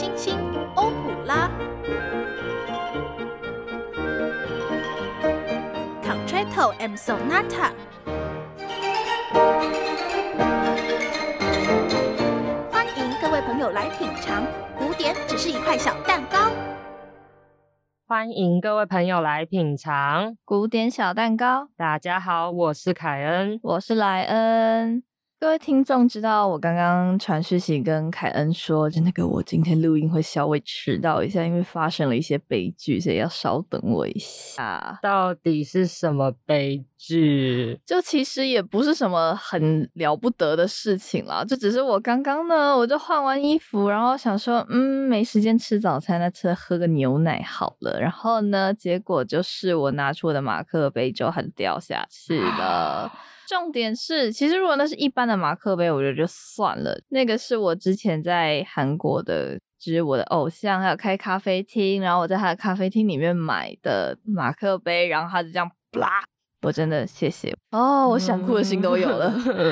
星星欧普拉 Concerto and Sonata。 欢迎各位朋友来品尝，古典只是一块小蛋糕。 欢迎各位朋友来品尝古典小蛋糕。 大家好，我是凯恩， 我是莱恩。各位听众知道我刚刚传讯息跟凯恩说，就那个我今天录音会稍微迟到一下，因为发生了一些悲剧，所以要稍等我一下。 到底是什么悲剧？ 就其实也不是什么很了不得的事情啦，就只是我刚刚呢，我就换完衣服，然后想说没时间吃早餐，那喝个牛奶好了。然后呢，结果就是我拿出我的马克杯就很掉下去了。重点是，其实如果那是一般的马克杯，我觉得就算了。那个是我之前在韩国的，就是我的偶像，还有开咖啡厅，然后我在他的咖啡厅里面买的马克杯，然后他就这样啪。我真的谢谢哦，我想哭的心都有了。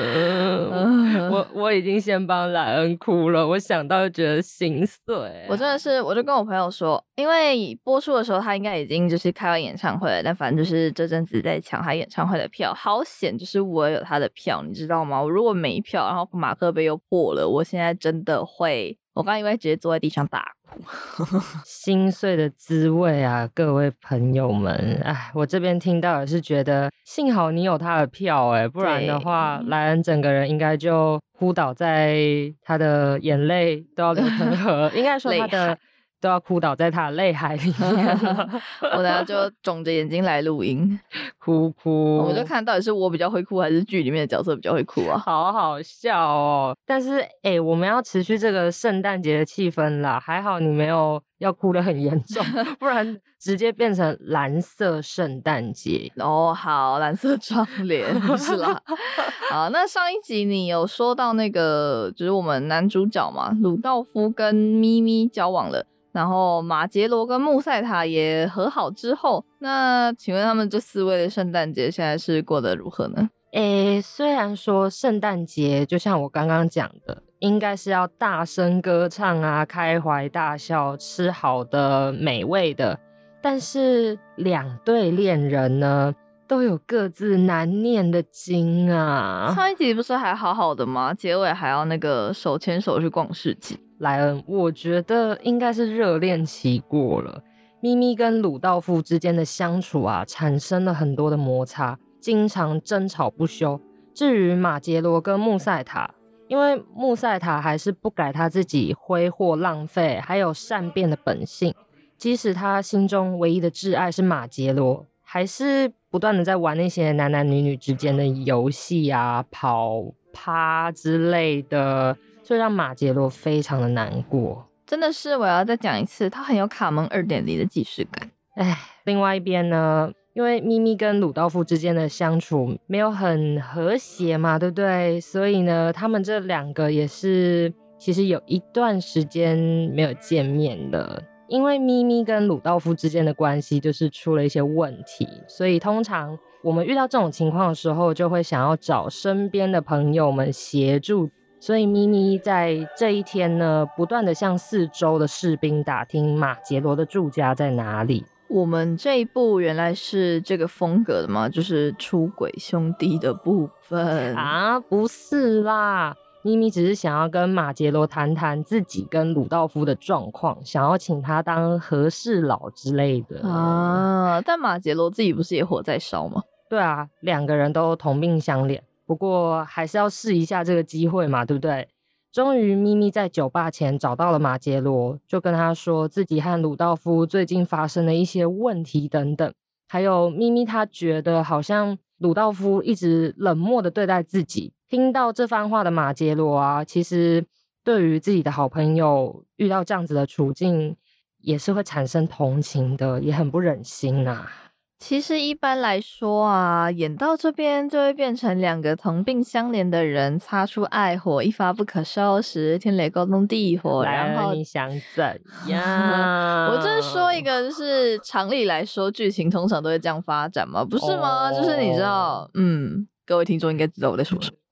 我已经先帮莱恩哭了，我想到就觉得心碎。 我真的是，我就跟我朋友说，因为播出的时候他应该已经就是开完演唱会了，但反正就是这阵子在抢他演唱会的票，好险就是我有他的票，你知道吗？我如果没票，然后马克杯又破了，我现在真的会，我刚因为直接坐在地上大哭。 心碎的滋味啊，各位朋友们，哎，我这边听到也是觉得幸好你有他的票不然的话莱恩整个人应该就哭倒在他的眼泪都要流成河应该说他的都要哭倒在他的泪海里面我等下就肿着眼睛来录音哭， 我就看到底是我比较会哭还是剧里面的角色比较会哭啊。 好好笑哦。但是我们要持续这个圣诞节的气氛啦，还好你没有要哭得很严重不然直接变成蓝色圣诞节哦。好，蓝色窗帘不是啦好，那上一集你有说到那个就是我们男主角嘛，鲁道夫跟咪咪交往了，然后马杰罗跟穆赛塔也和好之后，那请问他们这4位的圣诞节现在是过得如何呢？ 虽然说圣诞节就像我刚刚讲的应该是要大声歌唱啊，开怀大笑，吃好的美味的，但是2对恋人呢都有各自难念的经啊。 上一集不是还好好的吗？结尾还要那个手牵手去逛市集。 莱恩，我觉得应该是热恋期过了，咪咪跟鲁道夫之间的相处啊，产生了很多的摩擦，经常争吵不休。至于马杰罗跟穆赛塔，因为穆赛塔还是不改他自己挥霍浪费还有善变的本性，即使他心中唯一的挚爱是马杰罗，还是不断的在玩那些男男女女之间的游戏啊、跑趴之类的，所以让马杰罗非常的难过。 真的是，我要再讲一次，他很有卡门2.0的既视感。 另外一边呢，因为咪咪跟鲁道夫之间的相处没有很和谐嘛，对不对？所以呢，他们这2个也是其实有一段时间没有见面了。因为咪咪跟鲁道夫之间的关系就是出了一些问题，所以通常我们遇到这种情况的时候，就会想要找身边的朋友们协助。所以咪咪在这一天呢，不断的向4周的士兵打听马杰罗的住家在哪里。 我们这一部原来是这个风格的吗？就是出轨兄弟的部分啊？不是啦，咪咪只是想要跟马杰罗谈谈自己跟鲁道夫的状况，想要请他当和事佬之类的啊。但马杰罗自己不是也火在烧吗？ 对啊，2个人都同病相怜，不过还是要试一下这个机会嘛，对不对？终于咪咪在酒吧前找到了马杰罗，就跟他说自己和鲁道夫最近发生了一些问题等等，还有咪咪他觉得好像鲁道夫一直冷漠的对待自己。听到这番话的马杰罗啊，其实对于自己的好朋友遇到这样子的处境也是会产生同情的，也很不忍心啊。 其实一般来说啊，演到这边就会变成2个同病相怜的人擦出爱火，一发不可收拾，天雷勾动地火。然后你想怎样？ 我就是说一个，就是常理来说，剧情通常都会这样发展嘛，不是吗？就是你知道，各位听众应该知道我在说什么。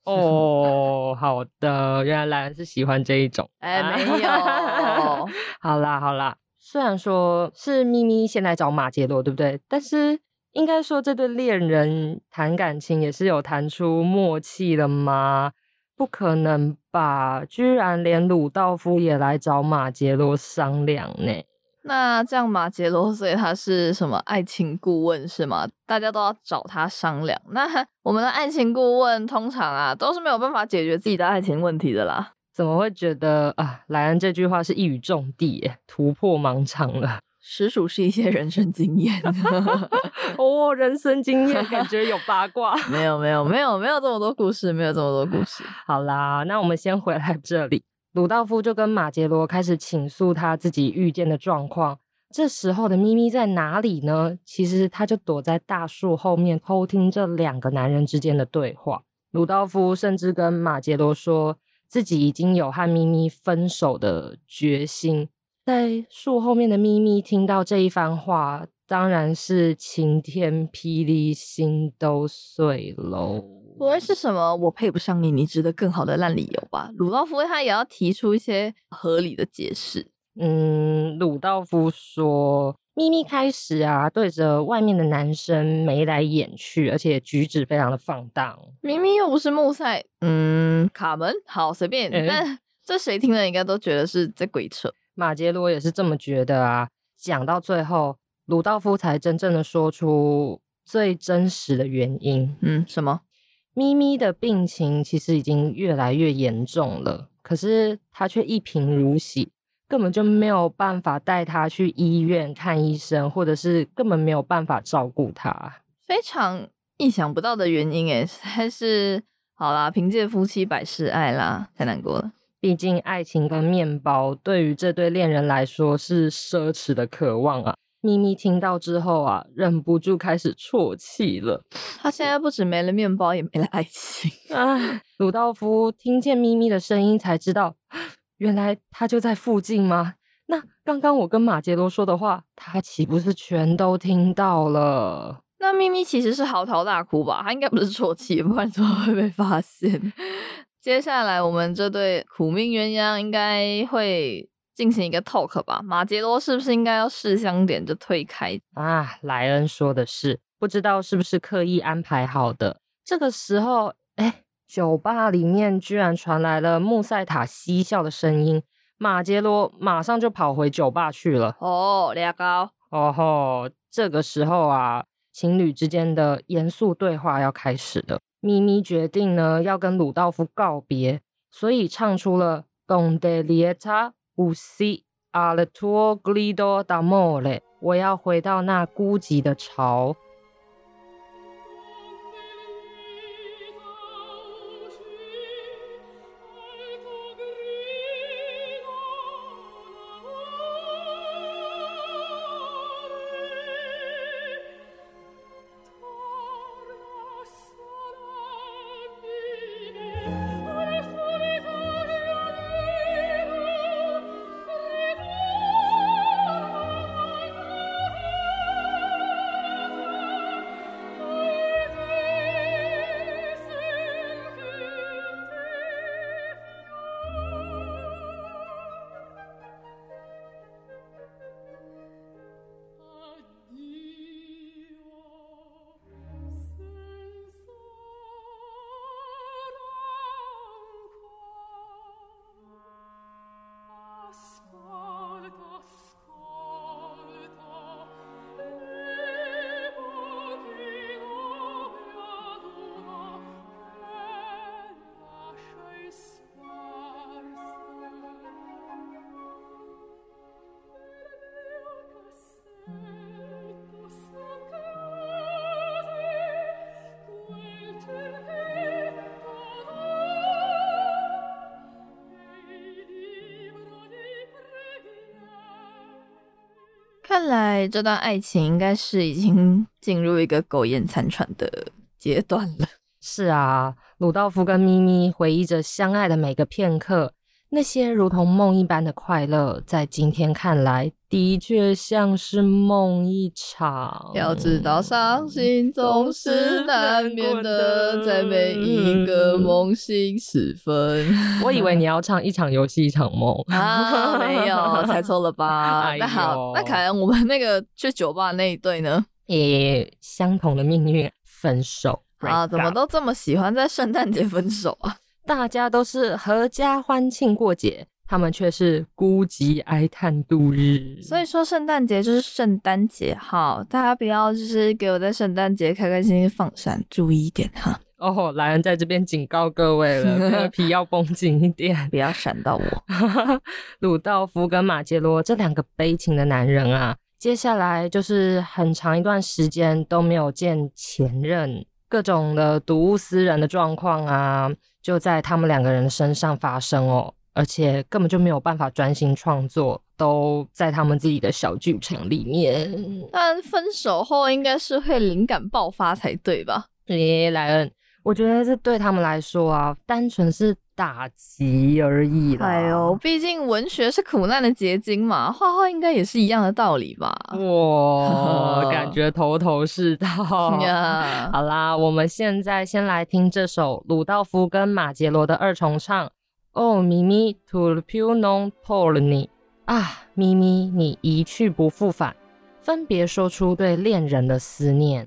哦，好的，原来莱恩是喜欢这一种。 没有。 好啦，虽然说是咪咪先来找马杰罗，对不对？但是应该说这对恋人谈感情也是有谈出默契了吗？不可能吧，居然连鲁道夫也来找马杰罗商量呢。 那这样马杰罗，所以他是什么爱情顾问是吗？大家都要找他商量。那我们的爱情顾问通常啊都是没有办法解决自己的爱情问题的啦。 怎么会觉得啊，莱恩这句话是一语中的耶，突破盲场了。 实属是一些人生经验。 哦，人生经验感觉有八卦。 没有这么多故事，没有这么多故事。 好啦，那我们先回来这里。鲁道夫就跟马杰罗开始倾诉他自己遇见的状况。这时候的咪咪在哪里呢？其实他就躲在大树后面偷听这两个男人之间的对话。鲁道夫甚至跟马杰罗说自己已经有和咪咪分手的决心。在树后面的咪咪听到这一番话，当然是晴天霹雳，心都碎喽。 不会是什么我配不上你，你值得更好的烂理由吧？鲁道夫他也要提出一些合理的解释。 鲁道夫说，咪咪开始啊对着外面的男生眉来眼去，而且举止非常的放荡。 明明又不是穆赛，卡门，好随便，但这谁听了应该都觉得是在鬼扯。 马杰罗也是这么觉得啊。讲到最后，鲁道夫才真正的说出最真实的原因。 什么？ 咪咪的病情其实已经越来越严重了，可是他却一贫如洗，根本就没有办法带他去医院看医生，或者是根本没有办法照顾他。 非常意想不到的原因耶，实在是好啦，凭借夫妻百事哀啦，太难过了。 毕竟爱情跟面包对于这对恋人来说是奢侈的渴望啊。咪咪听到之后啊，忍不住开始啜泣了。 他现在不止没了面包，也没了爱情。 鲁道夫听见咪咪的声音才知道，原来他就在附近吗？那刚刚我跟马杰罗说的话，他岂不是全都听到了？ 那咪咪其实是嚎啕大哭吧？他应该不是啜泣，不然怎么会被发现？接下来我们这对苦命鸳鸯应该会进行一个 talk 吧？马杰罗是不是应该要试香点就退开啊？莱恩说的是，不知道是不是刻意安排好的。这个时候，酒吧里面居然传来了穆赛塔嬉笑的声音，马杰罗马上就跑回酒吧去了。 俩高。 这个时候啊，情侣之间的严肃对话要开始了。咪咪决定呢要跟鲁道夫告别，所以唱出了 Donde lieta usi al tuo grido d'amore， 我要回到那孤寂的巢。 看来这段爱情应该是已经进入一个苟延残喘的阶段了。 是啊，鲁道夫跟咪咪回忆着相爱的每个片刻， 那些如同梦一般的快乐，在今天看来，的确像是梦一场。 要知道，伤心总是难免的，在每一个梦醒时分。 我以为你要唱一场游戏一场梦啊，没有，猜错了吧？ 哎呦那好，那凯恩，我们那个去酒吧那一对呢？ 也相同的命运，分手。 啊，怎么都这么喜欢在圣诞节分手啊？ 大家都是合家欢庆过节，他们却是孤寂哀叹度日。 所以说圣诞节就是圣诞节哈，大家不要就是给我在圣诞节开开心心放闪，注意一点哈。 哦，莱恩在这边警告各位了，歌皮要绷紧一点， 不要闪到我。 鲁道夫跟马杰罗这两个悲情的男人啊，接下来就是很长一段时间都没有见前任，各种的睹物思人的状况啊，就在他们两个人身上发生哦，而且根本就没有办法专心创作，都在他们自己的小剧场里面。 但分手后应该是会灵感爆发才对吧？ 莱恩，我觉得这对他们来说啊，单纯是打击而已啦。 哎呦，毕竟文学是苦难的结晶嘛，画画应该也是一样的道理吧？ 哇，感觉头头是道。好啦，我们现在先来听这首鲁道夫跟马杰罗的二重唱。哦，咪咪 to più non torni 啊，咪咪，你一去不复返，分别说出对恋人的思念。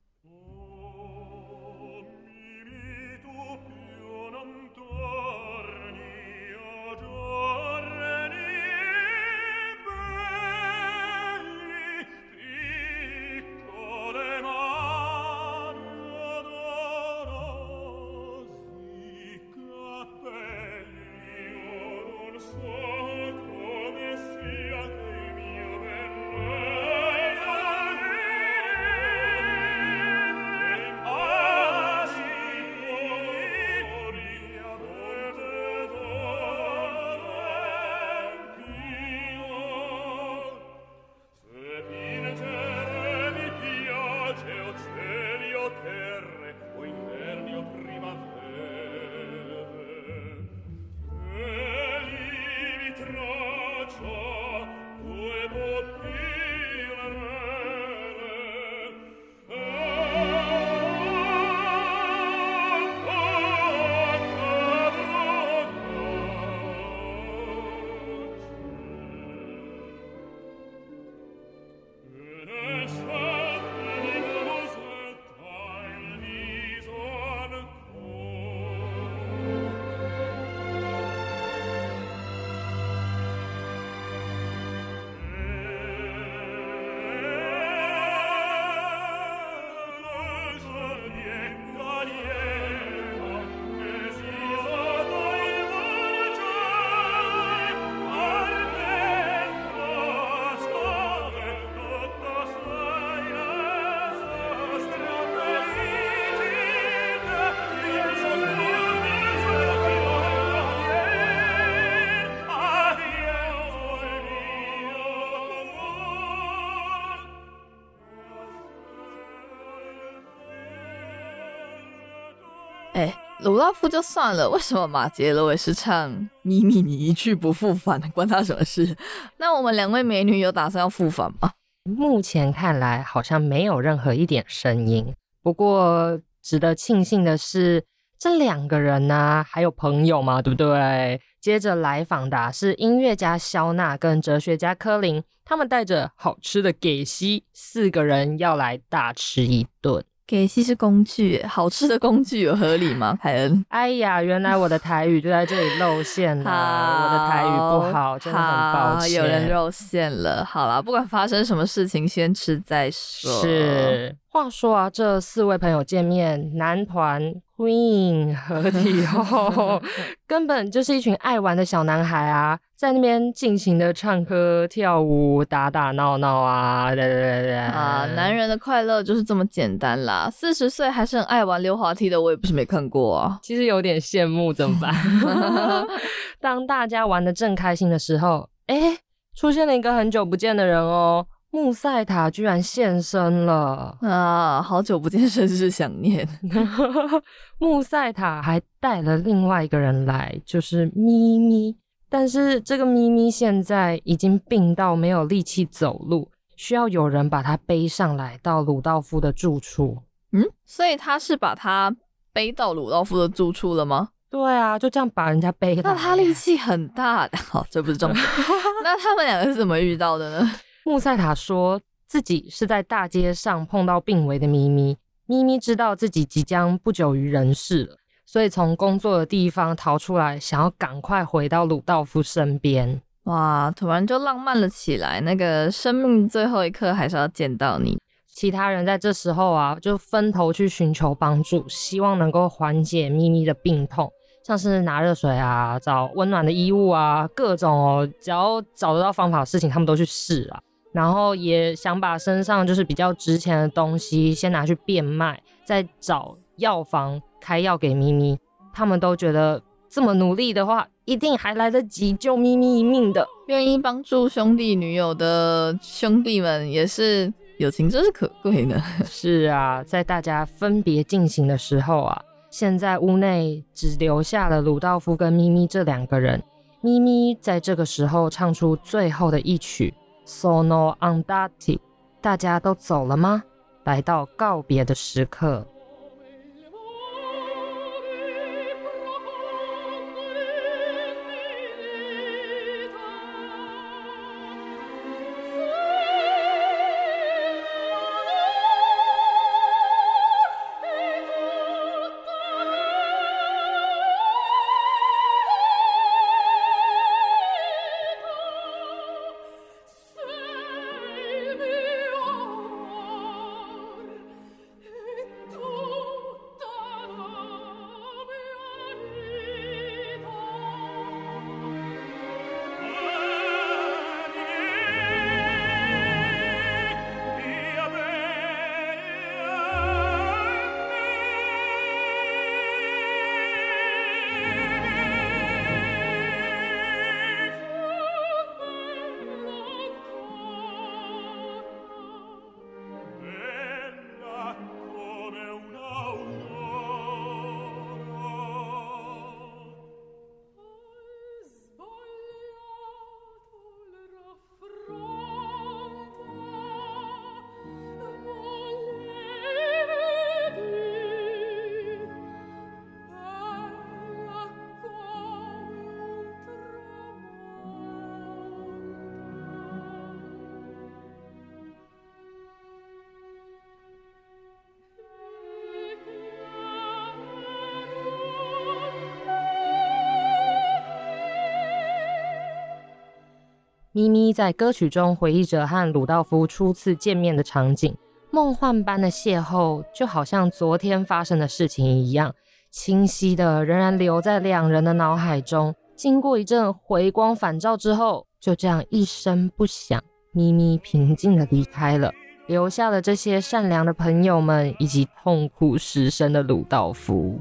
哎，鲁道夫就算了，为什么马杰罗也是唱咪咪你一去不复返，关他什么事？那我们两位美女有打算要复返吗？ 目前看来好像没有任何一点声音，不过值得庆幸的是，这两个人呢还有朋友嘛，对不对？接着来访的是音乐家肖娜跟哲学家科林，他们带着好吃的给西，4个人要来大吃一顿。 给西是工具，好吃的工具有合理吗？凯恩， 哎呀，原来我的台语就在这里露馅了，我的台语不好，真的很抱歉。 有人露馅了，好啦，不管发生什么事情，先吃再说。 是，话说啊，这4位朋友见面，男团 Queen 合体后，根本就是一群爱玩的小男孩啊，在那边尽情的唱歌、跳舞、打打闹闹啊， 男人的快乐就是这么简单啦。40岁还是很爱玩溜滑梯的，我也不是没看过啊。 其实有点羡慕，怎么办？当大家玩得正开心的时候，出现了一个很久不见的人哦。穆赛塔居然现身了啊！好久不见，甚是想念。 穆赛塔还带了另外一个人来，就是咪咪。 但是这个咪咪现在已经病到没有力气走路，需要有人把她背上来到鲁道夫的住处。 所以他是把他背到鲁道夫的住处了吗？ 对啊，就这样把人家背来。 那他力气很大的，好，这不是重点。那他们两个是怎么遇到的呢？ 穆赛塔说自己是在大街上碰到病危的咪咪，咪咪知道自己即将不久于人世了，所以从工作的地方逃出来，想要赶快回到鲁道夫身边。 哇，突然就浪漫了起来，那个生命最后一刻还是要见到你。 其他人在这时候啊，就分头去寻求帮助，希望能够缓解咪咪的病痛，像是拿热水啊，找温暖的衣物啊，各种只要找得到方法的事情，他们都去试啊。然后也想把身上就是比较值钱的东西先拿去变卖，再找药房开药给咪咪。他们都觉得这么努力的话，一定还来得及救咪咪一命的。 愿意帮助兄弟女友的兄弟们也是友情真是可贵呢。 是啊，在大家分别进行的时候啊，现在屋内只留下了鲁道夫跟咪咪这两个人。咪咪在这个时候唱出最后的一曲 Sono andati， 大家都走了吗？来到告别的时刻。咪咪在歌曲中回忆着和鲁道夫初次见面的场景，梦幻般的邂逅就好像昨天发生的事情一样，清晰的仍然留在两人的脑海中。经过一阵回光返照之后，就这样一声不响，咪咪平静的离开了，留下了这些善良的朋友们以及痛苦失声的鲁道夫。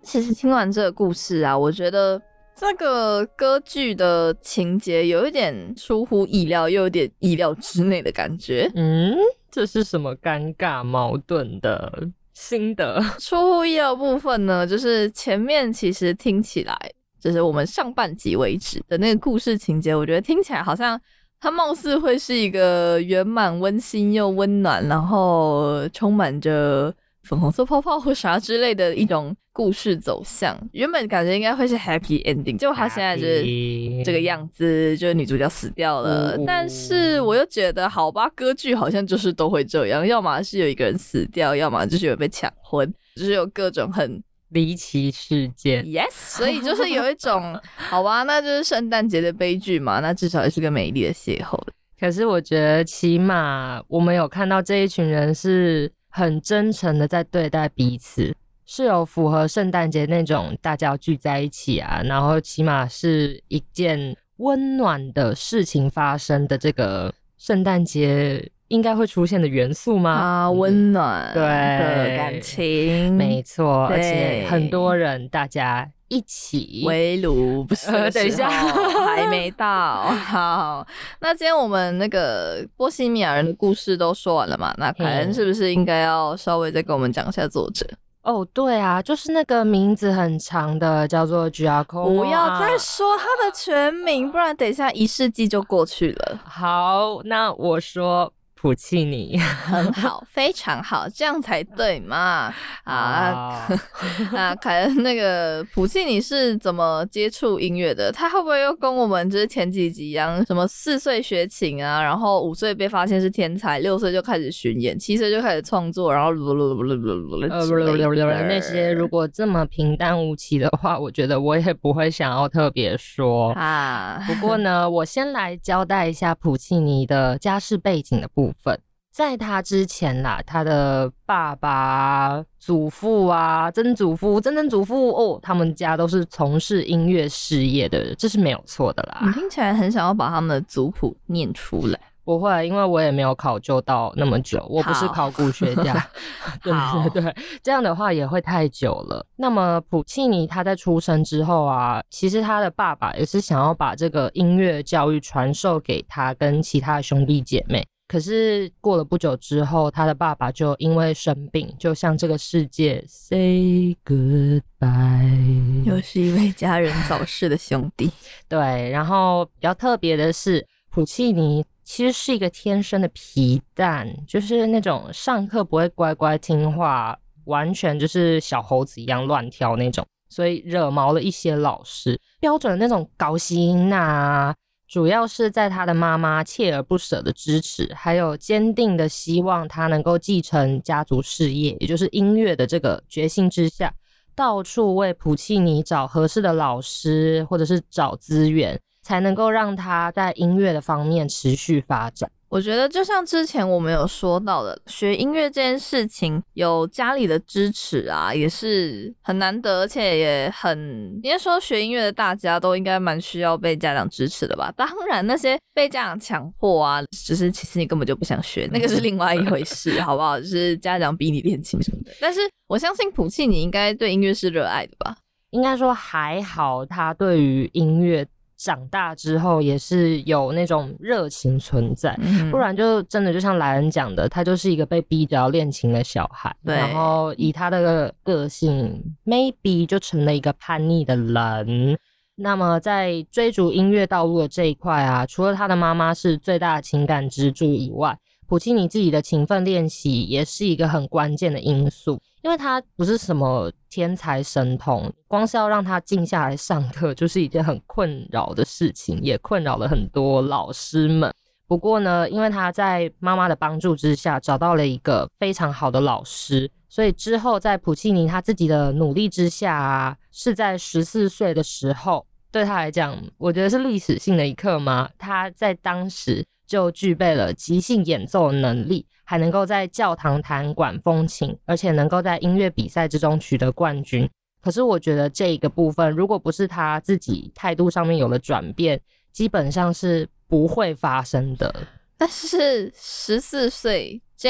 其实听完这个故事啊，我觉得这个歌剧的情节有一点出乎意料，又有点意料之内的感觉。 这是什么尴尬矛盾的心得？ 出乎意料的部分呢，就是前面其实听起来，就是我们上半集为止的那个故事情节，我觉得听起来好像它貌似会是一个圆满、温馨又温暖，然后充满着粉红色泡泡或啥之类的一种故事走向。原本感觉应该会是 happy ending， 结果他现在就是这个样子，就是女主角死掉了。但是我又觉得，好吧，歌剧好像就是都会这样，要么是有一个人死掉，要么就是有人被抢婚，就是有各种很离奇事件。 Yes， 所以就是有一种好吧，那就是圣诞节的悲剧嘛，那至少也是个美丽的邂逅。 可是我觉得起码我们有看到这一群人是很真诚的在对待彼此，是有符合圣诞节那种大家要聚在一起啊，然后起码是一件温暖的事情发生的这个圣诞节应该会出现的元素吗？ 温暖对的感情， 没错，而且很多人大家一起围炉，不是等一下还没到。好，那今天我们那个波西米亚人的故事都说完了嘛？那凯恩是不是应该要稍微再跟我们讲一下作者？ 对啊，就是那个名字很长的叫做 Giacomo。 不要再说他的全名，不然等一下1世纪就过去了。 好，那我说普契尼。 很好，非常好，这样才对嘛。那凯恩，那个普契尼是怎么接触音乐的？他会不会又跟我们就是前几集一样，什么4岁学琴啊，然后5岁被发现是天才，6岁就开始巡演，7岁就开始创作，然后那些如果这么平淡无奇的话，我觉得我也不会想要特别说啊。不过呢，我先来交代一下普契尼的家世背景的部分。在他之前啦，他的爸爸、祖父啊、曾祖父、曾曾祖父他们家都是从事音乐事业的，这是没有错的啦。 你听起来很想要把他们的族谱念出来。 不会，因为我也没有考究到那么久，我不是考古学家。对对对，这样的话也会太久了。那么普契尼他在出生之后啊，其实他的爸爸也是想要把这个音乐教育传授给他跟其他的兄弟姐妹。可是过了不久之后，他的爸爸就因为生病，就向这个世界 say goodbye， 又是一位家人早逝的兄弟。 对，然后比较特别的是，普契尼其实是一个天生的皮蛋，就是那种上课不会乖乖听话，完全就是小猴子一样乱跳那种，所以惹毛了一些老师，标准的那种高薪啊。主要是在他的妈妈锲而不舍的支持，还有坚定的希望他能够继承家族事业，也就是音乐的这个决心之下，到处为普契尼找合适的老师，或者是找资源，才能够让他在音乐的方面持续发展。 我觉得就像之前我们有说到的，学音乐这件事情有家里的支持啊，也是很难得，而且也很应该说学音乐的大家都应该蛮需要被家长支持的吧。当然那些被家长强迫啊，就是其实你根本就不想学，那个是另外一回事好不好，就是家长逼你练琴什么的。但是我相信普契尼应该对音乐是热爱的吧。 应该说还好，他对于音乐长大之后也是有那种热情存在，不然就真的就像莱恩讲的，他就是一个被逼着要练琴的小孩，然后以他的个性 maybe 就成了一个叛逆的人。那么在追逐音乐道路的这一块啊，除了他的妈妈是最大的情感支柱以外，普契尼自己的勤奋练习也是一个很关键的因素，因为他不是什么天才神童，光是要让他静下来上课就是一件很困扰的事情，也困扰了很多老师们。不过呢，因为他在妈妈的帮助之下找到了一个非常好的老师，所以之后在普契尼他自己的努力之下啊，是在14岁的时候，对他来讲我觉得是历史性的一刻嘛，他在当时就具备了即兴演奏的能力，还能够在教堂弹管风琴，而且能够在音乐比赛之中取得冠军。可是我觉得这一个部分如果不是他自己态度上面有了转变，基本上是不会发生的。 但是14岁这样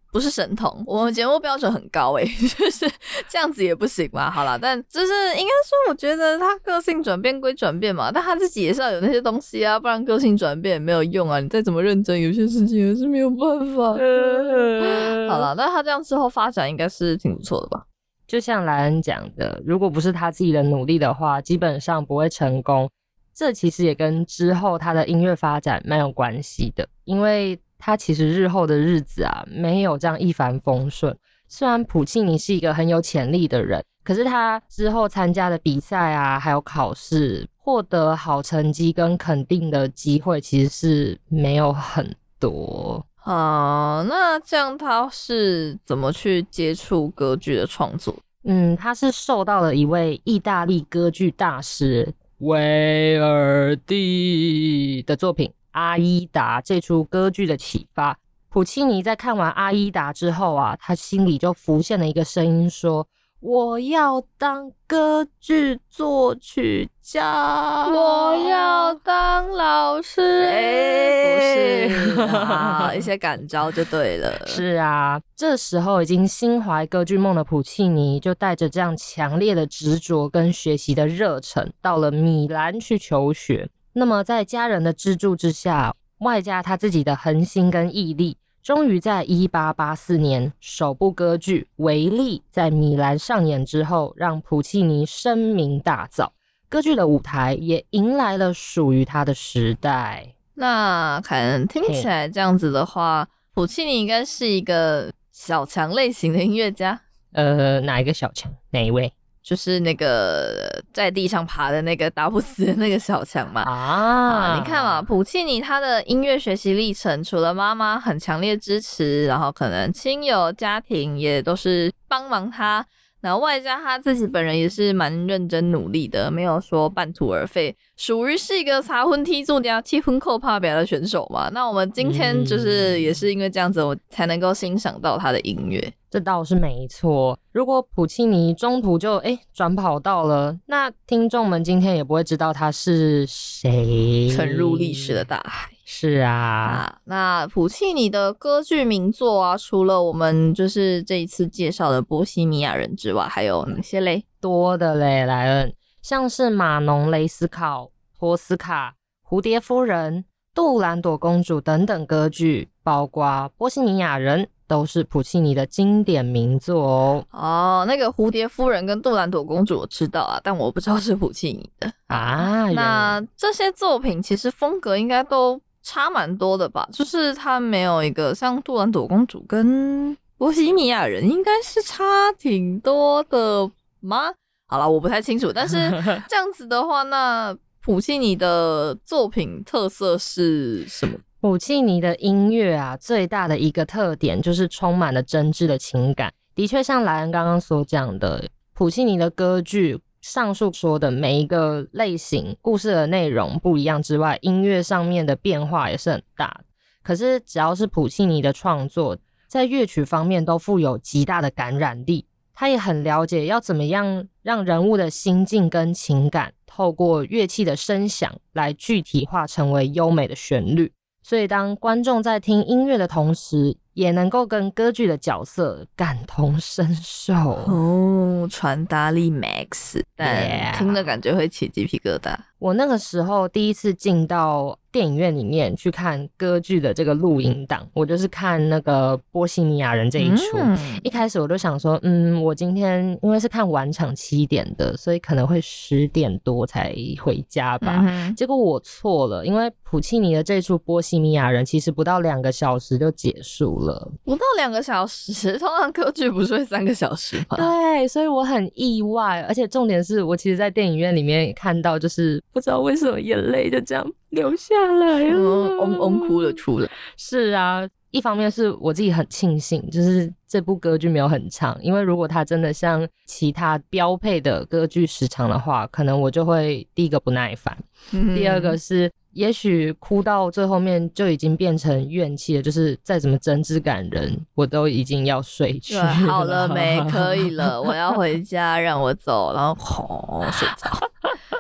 不是神童，我们节目标准很高就是这样子也不行嘛。好啦，但就是应该说，我觉得他个性转变归转变嘛，但他自己也是要有那些东西啊，不然个性转变也没有用啊。你再怎么认真，有些事情还是没有办法。好啦，但他这样之后发展应该是挺不错的吧。 就像莱恩讲的，如果不是他自己的努力的话，基本上不会成功。这其实也跟之后他的音乐发展蛮有关系的，因为他其实日后的日子啊，没有这样一帆风顺。虽然普契尼是一个很有潜力的人，可是他之后参加的比赛啊，还有考试，获得好成绩跟肯定的机会其实是没有很多。 那这样他是怎么去接触歌剧的创作？ 他是受到了一位意大利歌剧大师威尔第的作品《阿依达》这出歌剧的启发。普契尼在看完《阿依达》之后啊，他心里就浮现了一个声音说，我要当歌剧作曲家， 我要当老师。不是一些感召就对了。 是啊，这时候已经心怀歌剧梦的普契尼就带着这样强烈的执着跟学习的热忱，到了米兰去求学。那么在家人的资助之下，外加他自己的恒心跟毅力，终于在1884年首部歌剧《维利》在米兰上演之后，让普契尼声名大噪，歌剧的舞台也迎来了属于他的时代。 那可能听起来这样子的话，普契尼应该是一个小强类型的音乐家。 哪一个小强？哪一位？ 就是那个在地上爬的那个打不死的那个小强嘛。你看嘛，普契尼他的音乐学习历程，除了妈妈很强烈支持，然后可能亲友家庭也都是帮忙他，然后外加他自己本人也是蛮认真努力的，没有说半途而废，属于是一个茶婚踢住加气婚扣怕表的选手嘛。那我们今天就是也是因为这样子，我才能够欣赏到他的音乐。 这倒是没错。如果普契尼中途就转跑道了，那听众们今天也不会知道他是谁， 沉入历史的大海。 是啊， 那普契尼的歌剧名作啊，除了我们就是这一次介绍的《波西米亚人》之外，还有哪些嘞？ 多的嘞，莱恩，像是马农雷斯考、托斯卡、蝴蝶夫人、杜兰朵公主等等歌剧，包括《波西米亚人》都是普契尼的经典名作哦。 那个蝴蝶夫人跟杜兰朵公主我知道啊，但我不知道是普契尼的那这些作品其实风格应该都差蛮多的吧，就是它没有一个像杜兰朵公主跟波西米亚人应该是差挺多的吗？好啦，我不太清楚，但是这样子的话，那普契尼的作品特色是什么？ 普契尼的音乐啊，最大的一个特点就是充满了真挚的情感。的确像莱恩刚刚所讲的，普契尼的歌剧上述说的每一个类型故事的内容不一样之外，音乐上面的变化也是很大的。可是只要是普契尼的创作，在乐曲方面都富有极大的感染力。他也很了解要怎么样让人物的心境跟情感透过乐器的声响来具体化成为优美的旋律。所以当观众在听音乐的同时，也能够跟歌剧的角色感同身受传达力 max， 但听了感觉会起鸡皮疙瘩。 我那个时候第一次进到电影院里面去看歌剧的这个录影档，我就是看那个波西米亚人这一出。一开始我就想说我今天因为是看晚场7点的，所以可能会10点多才回家吧。结果我错了，因为普契尼的这出波西米亚人其实不到2个小时就结束了。 不到2个小时？通常歌剧不是会3个小时吗？ 对，所以我很意外，而且重点是我其实在电影院里面看到，就是不知道为什么眼泪就这样流下来了， 哭了出来。 是啊，一方面是我自己很庆幸，就是这部歌剧没有很长，因为如果它真的像其他标配的歌剧时长的话，可能我就会第一个不耐烦，第二个是也许哭到最后面就已经变成怨气了，就是再怎么真挚感人，我都已经要睡去了。 好了没？可以了，我要回家，让我走，然后睡着。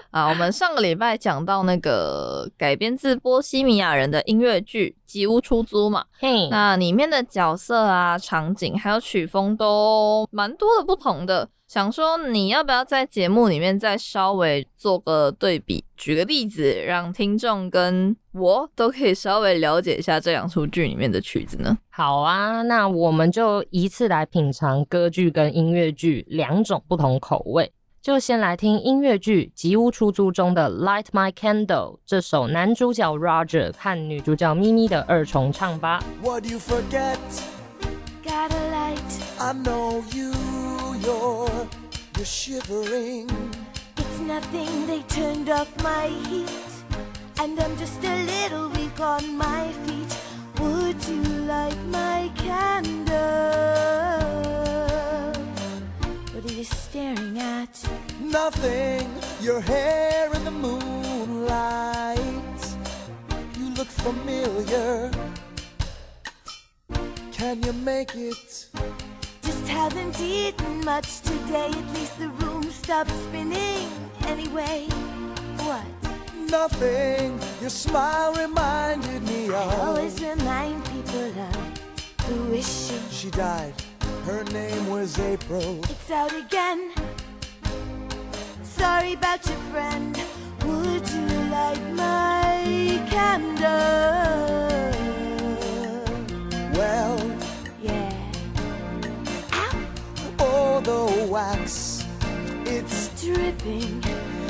我们上个礼拜讲到那个改编自波西米亚人的音乐剧《吉屋出租》嘛，那里面的角色啊、场景还有曲风都蛮多的不同的。想说你要不要在节目里面再稍微做个对比，举个例子，让听众跟我都可以稍微了解一下这两出剧里面的曲子呢？ 好啊，那我们就依次来品尝歌剧跟音乐剧两种不同口味。就先来听音乐剧《吉屋出租》中的 Light My Candle 这首男主角 Roger 和女主角咪咪的二重唱吧。 What do you forget? Got a light. I know you're shivering. It's nothing, they turned off my heat. And I'm just a little weak on my feet. Would you light my candle? What are you staring at? Nothing, your hair in the moonlight. You look familiar. Can you make it? Just haven't eaten much today. At least the room stopped spinning. Anyway, what? Nothing, your smile reminded me I of. always remind people of who is she? She died, her name was April. It's out again. Sorry about your friend. Would you light my candle? Well, Yeah. all the wax, it's Dripping.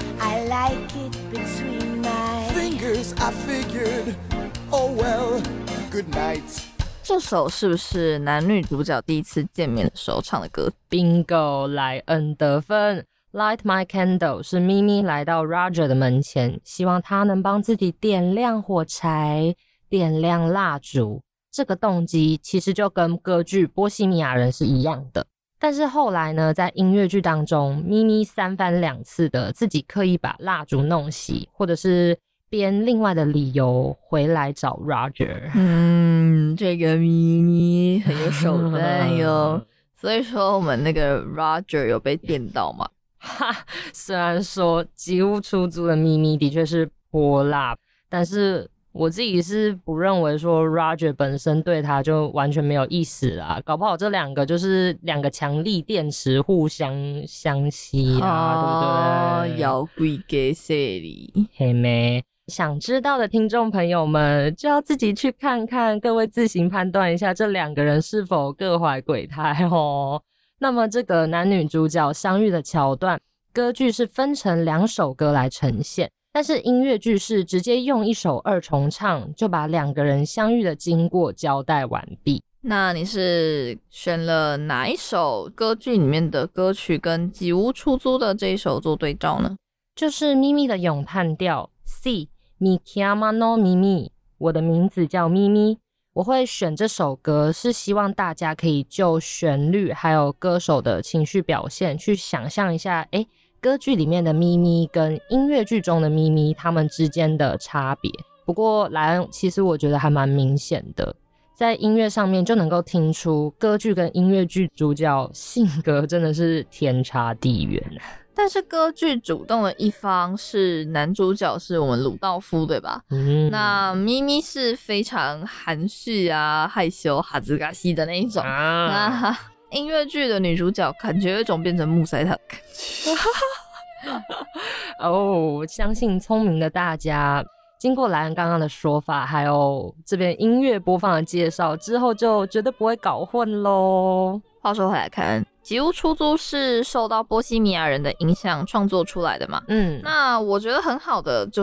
I like it between my fingers, I figured. Oh well, good night. 这首是不是男女主角第一次见面的时候唱的歌？ Bingo， 莱恩得分。Light My Candle 是咪咪来到 Roger 的门前，希望他能帮自己点亮火柴，点亮蜡烛。这个动机其实就跟歌剧《波西米亚人》是一样的。但是后来呢，在音乐剧当中，咪咪三番两次的自己刻意把蜡烛弄熄，或者是编另外的理由回来找 Roger。 这个咪咪很有手段哟。所以说我们那个 Roger 有被电到吗？ 哈，虽然说吉屋出租的咪咪的确是泼辣，但是我自己是不认为说 Roger 本身对他就完全没有意思啦，搞不好这两个就是两个强力电池互相吸啦，对不对？ 要鬼给谁里？ 嘿咩，想知道的听众朋友们就要自己去看看，各位自行判断一下这两个人是否各怀鬼胎哦。那么这个男女主角相遇的桥段，歌剧是分成两首歌来呈现，但是音乐剧是直接用一首二重唱就把两个人相遇的经过交代完毕。 那你是选了哪一首歌剧里面的歌曲跟吉屋出租的这一首做对照呢？ 就是咪咪的咏叹调 Si Mi chiama no Mimi， 我的名字叫咪咪。我会选这首歌是希望大家可以就旋律还有歌手的情绪表现去想象一下，歌剧里面的咪咪跟音乐剧中的咪咪他们之间的差别。不过莱恩其实我觉得还蛮明显的，在音乐上面就能够听出歌剧跟音乐剧主角性格真的是天差地远。 但是歌剧主动的一方是男主角，是我们鲁道夫，对吧？那咪咪是非常含蓄啊、害羞、哈兹嘎西的那一种。那音乐剧的女主角感觉有一种变成木塞塔的感觉。 哦，相信聪明的大家经过莱恩刚刚的说法，还有这边音乐播放的介绍之后，就绝对不会搞混咯。 话说回来看，吉屋出租是受到波西米亚人的影响创作出来的嘛？那我觉得很好的就是，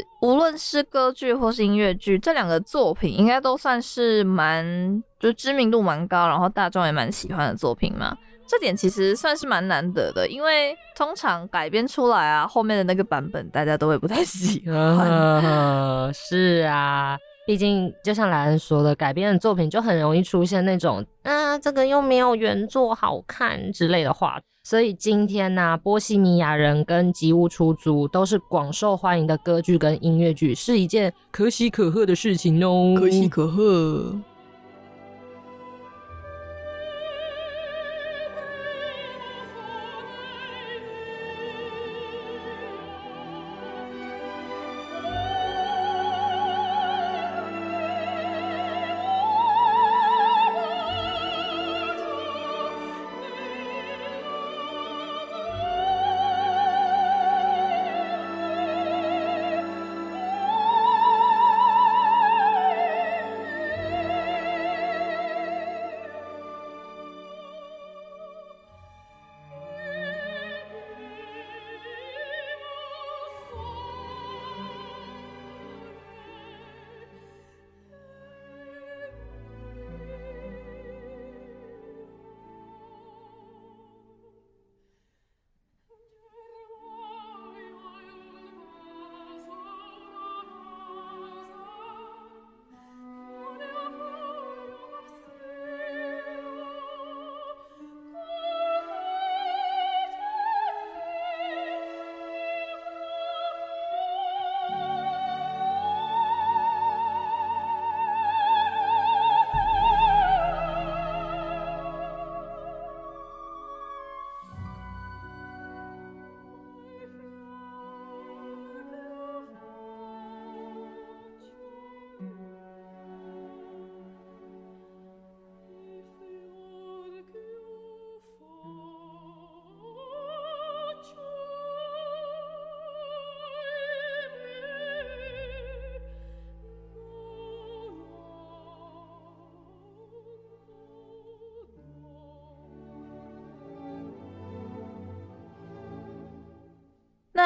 无论是歌剧或是音乐剧，这两个作品应该都算是就知名度蛮高，然后大众也蛮喜欢的作品嘛。这点其实算是蛮难得的，因为通常改编出来啊，后面的那个版本大家都会不太喜欢。 是啊，毕竟就像莱恩说的，改编的作品就很容易出现那种这个又没有原作好看之类的话。所以今天呢，波西米亚人跟吉屋出租都是广受欢迎的歌剧跟音乐剧，是一件可喜可贺的事情哦。 可喜可贺。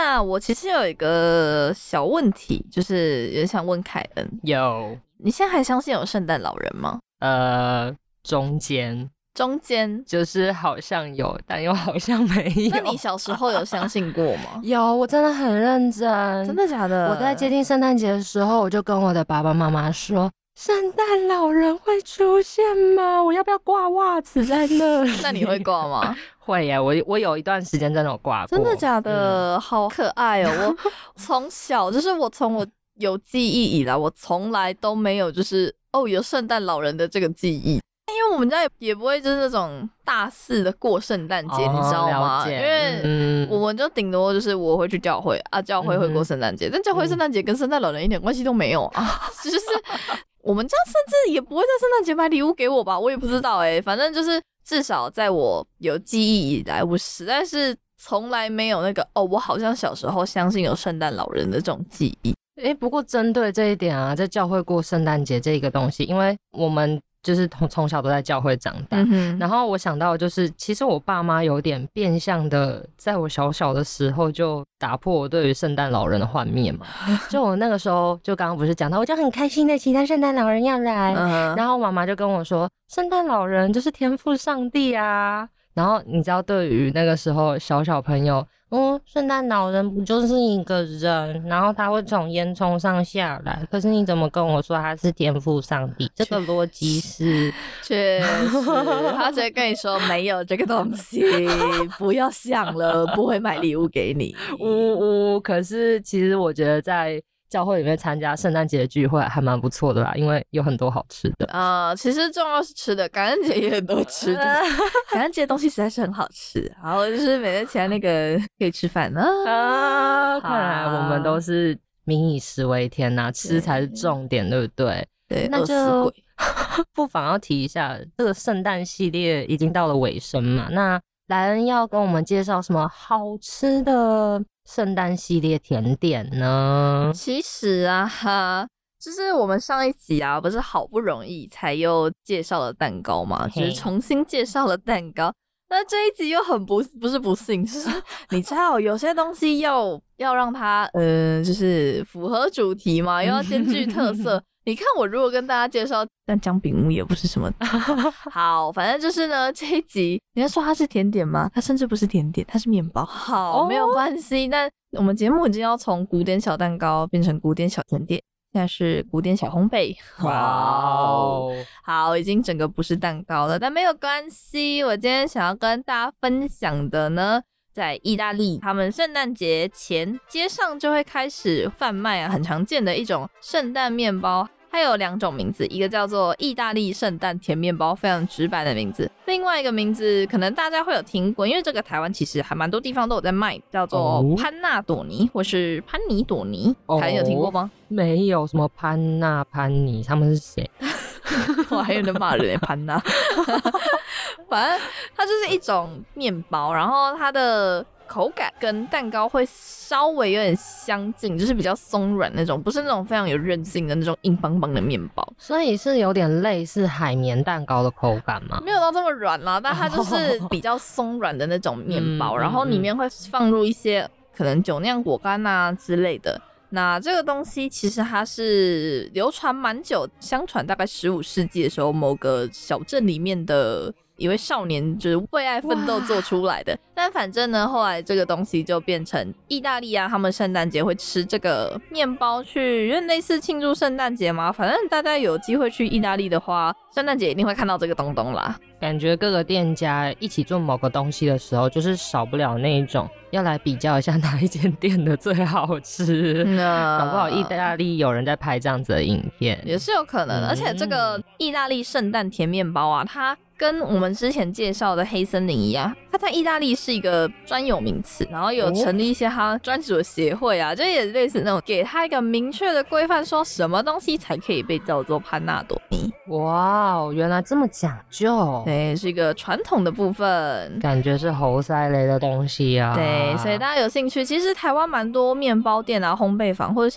那我其实有一个小问题，就是也想问凯恩， 有你现在还相信有圣诞老人吗？ 中间就是好像有，但又好像没有。 那你小时候有相信过吗？ 有，我真的很认真。 真的假的？ 我在接近圣诞节的时候，我就跟我的爸爸妈妈说，圣诞老人会出现吗？我要不要挂袜子在那里？ 那你会挂吗？ 会耶，我有一段时间真的有挂过。 真的假的？好可爱哦！我从小就是从我有记忆以来，我从来都没有就是有圣诞老人的这个记忆。因为我们家也不会就是那种大肆的过圣诞节，你知道吗？因为我们就顶多就是我会去教会啊，教会会过圣诞节，但教会圣诞节跟圣诞老人一点关系都没有啊。就是我们家甚至也不会在圣诞节买礼物给我吧，我也不知道反正就是至少在我有记忆以来，我实在是从来没有那个我好像小时候相信有圣诞老人的这种记忆。 不过针对这一点啊，在教会过圣诞节这一个东西，因为我们就是从小都在教会长大，然后我想到就是其实我爸妈有点变相的在我小小的时候就打破我对于圣诞老人的幻灭嘛。就我那个时候就刚刚不是讲到，我就很开心的期待圣诞老人要来，然后妈妈就跟我说圣诞老人就是天父上帝啊。然后你知道对于那个时候小朋友，圣诞老人不就是一个人，然后他会从烟囱上下来，可是你怎么跟我说他是天父上帝？这个逻辑是确实，他直接跟你说没有这个东西，不要想了，不会买礼物给你。 可是其实我觉得在教会里面参加圣诞节的聚会还蛮不错的啦，因为有很多好吃的其实重要是吃的，感恩节也很多吃的，感恩节的东西实在是很好吃，然后就是每天起来那个可以吃饭看来我们都是民以食为天啊，吃才是重点，对不对？ 对， 那就不妨要提一下，这个圣诞系列已经到了尾声嘛，那莱恩要跟我们介绍什么好吃的圣诞系列甜点呢？ 其实就是我们上一集不是好不容易才又介绍了蛋糕嘛，就是重新介绍了蛋糕。那这一集又很不是不幸，就是你知道有些东西要让它就是符合主题嘛，又要兼具特色。你看我如果跟大家介绍，但姜饼屋也不是什么好，反正就是呢，这一集你要说它是甜点吗？它甚至不是甜点，它是面包。好，没有关系。但我们节目已经要从古典小蛋糕变成古典小甜点，现在是古典小烘焙。哇，好，已经整个不是蛋糕了，但没有关系。我今天想要跟大家分享的呢，在意大利，他们圣诞节前街上就会开始贩卖很常见的一种圣诞面包。它有2种名字，一个叫做意大利圣诞甜面包，非常直白的名字。另外一个名字可能大家会有听过，因为这个台湾其实还蛮多地方都有在卖，叫做潘纳朵尼或是潘尼朵尼。凯恩有听过吗？ 没有，什么潘纳、潘尼，他们是谁？ 我还有人骂人潘纳。反正它就是一种面包，然后它的口感跟蛋糕会稍微有点相近，就是比较松软那种，不是那种非常有韧性的那种硬邦邦的面包， 所以是有点类似海绵蛋糕的口感吗？ 没有到这么软啦，但它就是比较松软的那种面包，然后里面会放入一些可能酒酿果干之类的。那这个东西其实它是流传蛮久，相传大概15世纪的时候，某个小镇里面的一位少年就是为爱奋斗做出来的。但反正呢，后来这个东西就变成意大利他们圣诞节会吃这个面包去，有点类似庆祝圣诞节嘛。反正大家有机会去意大利的话，圣诞节一定会看到这个东东啦。 感觉各个店家一起做某个东西的时候，就是少不了那一种要来比较一下哪一间店的最好吃。搞不好意大利有人在拍这样子的影片， 也是有可能的。而且这个意大利圣诞甜面包它跟我们之前介绍的黑森林一样，它在意大利是一个专有名词，然后有成立一些它专属的协会就也类似那种给它一个明确的规范，说什么东西才可以被叫做潘纳朵尼。 哇，原来这么讲究。 对，是一个传统的部分， 感觉是猴塞雷的东西啊。 对，所以大家有兴趣，其实台湾蛮多面包店烘焙坊，或者像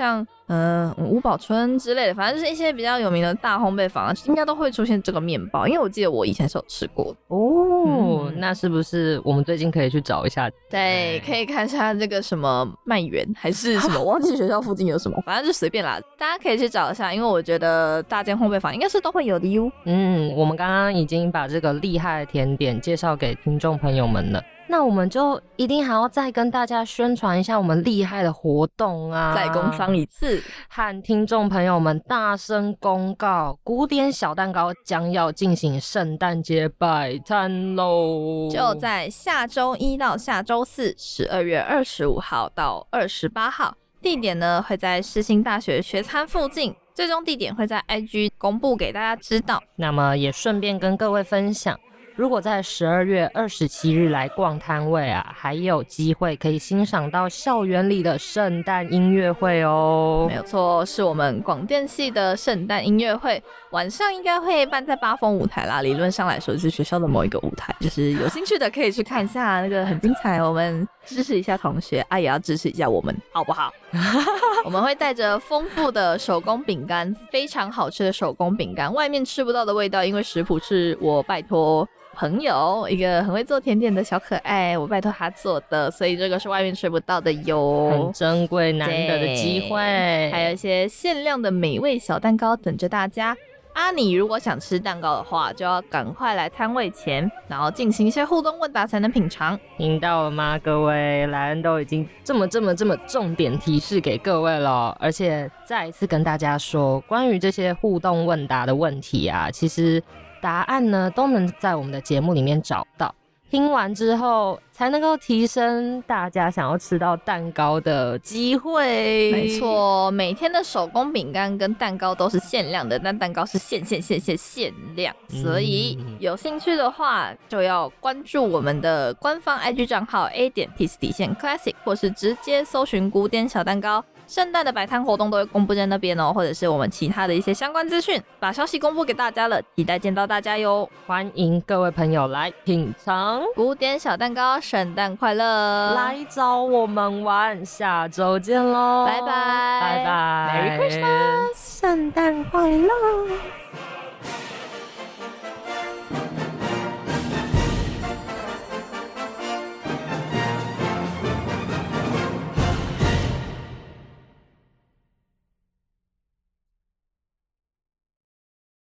五宝村之类的，反正就是一些比较有名的大烘焙坊，应该都会出现这个面包，因为我记得我以前是有吃过哦。那是不是我们最近可以去找一下？ 对，可以看一下这个什么麦园还是什么，忘记学校附近有什么，反正就随便啦，大家可以去找一下，因为我觉得大间烘焙坊应该是都会有的哟。 我们刚刚已经把这个厉害的甜点介绍给听众朋友们了。那我们就一定还要再跟大家宣传一下我们厉害的活动啊！ 再工商一次， 和听众朋友们大声公告，古典小蛋糕将要进行圣诞节摆摊喽！ 就在下周一到下周四，12月25号到28号，地点呢会在世新大学学餐附近，最终地点会在 IG 公布给大家知道。 那么也顺便跟各位分享，如果在12月27日来逛摊位啊，还有机会可以欣赏到校园里的圣诞音乐会哦。 没有错，是我们广电系的圣诞音乐会，晚上应该会办在八峰舞台啦。理论上来说，是学校的某一个舞台，就是有兴趣的可以去看一下，那个很精彩。我们支持一下同学啊，也要支持一下我们，好不好？我们会带着丰富的手工饼干，非常好吃的手工饼干，外面吃不到的味道，因为食谱是我拜托朋友，一个很会做甜点的小可爱，我拜托他做的，所以这个是外面吃不到的哟， 很珍贵难得的机会， 还有一些限量的美味小蛋糕等着大家。你如果想吃蛋糕的话，就要赶快来摊位前，然后进行一些互动问答才能品尝。 听到了吗，各位？莱恩都已经这么重点提示给各位了，而且再一次跟大家说，关于这些互动问答的问题啊，其实答案呢都能在我们的节目里面找到。听完之后才能够提升大家想要吃到蛋糕的机会。 没错，每天的手工饼干跟蛋糕都是限量的，但蛋糕是限量，所以有兴趣的话就要关注我们的官方 IG 账号 A.Peace_Classic， 或是直接搜寻古典小蛋糕。圣诞的摆摊活动都会公布在那边哦，或者是我们其他的一些相关资讯，把消息公布给大家了，期待见到大家哟！ 欢迎各位朋友来品尝古典小蛋糕，圣诞快乐！ 来找我们玩，下周见喽！ 拜拜， 拜拜 ，Merry Christmas， 圣诞快乐！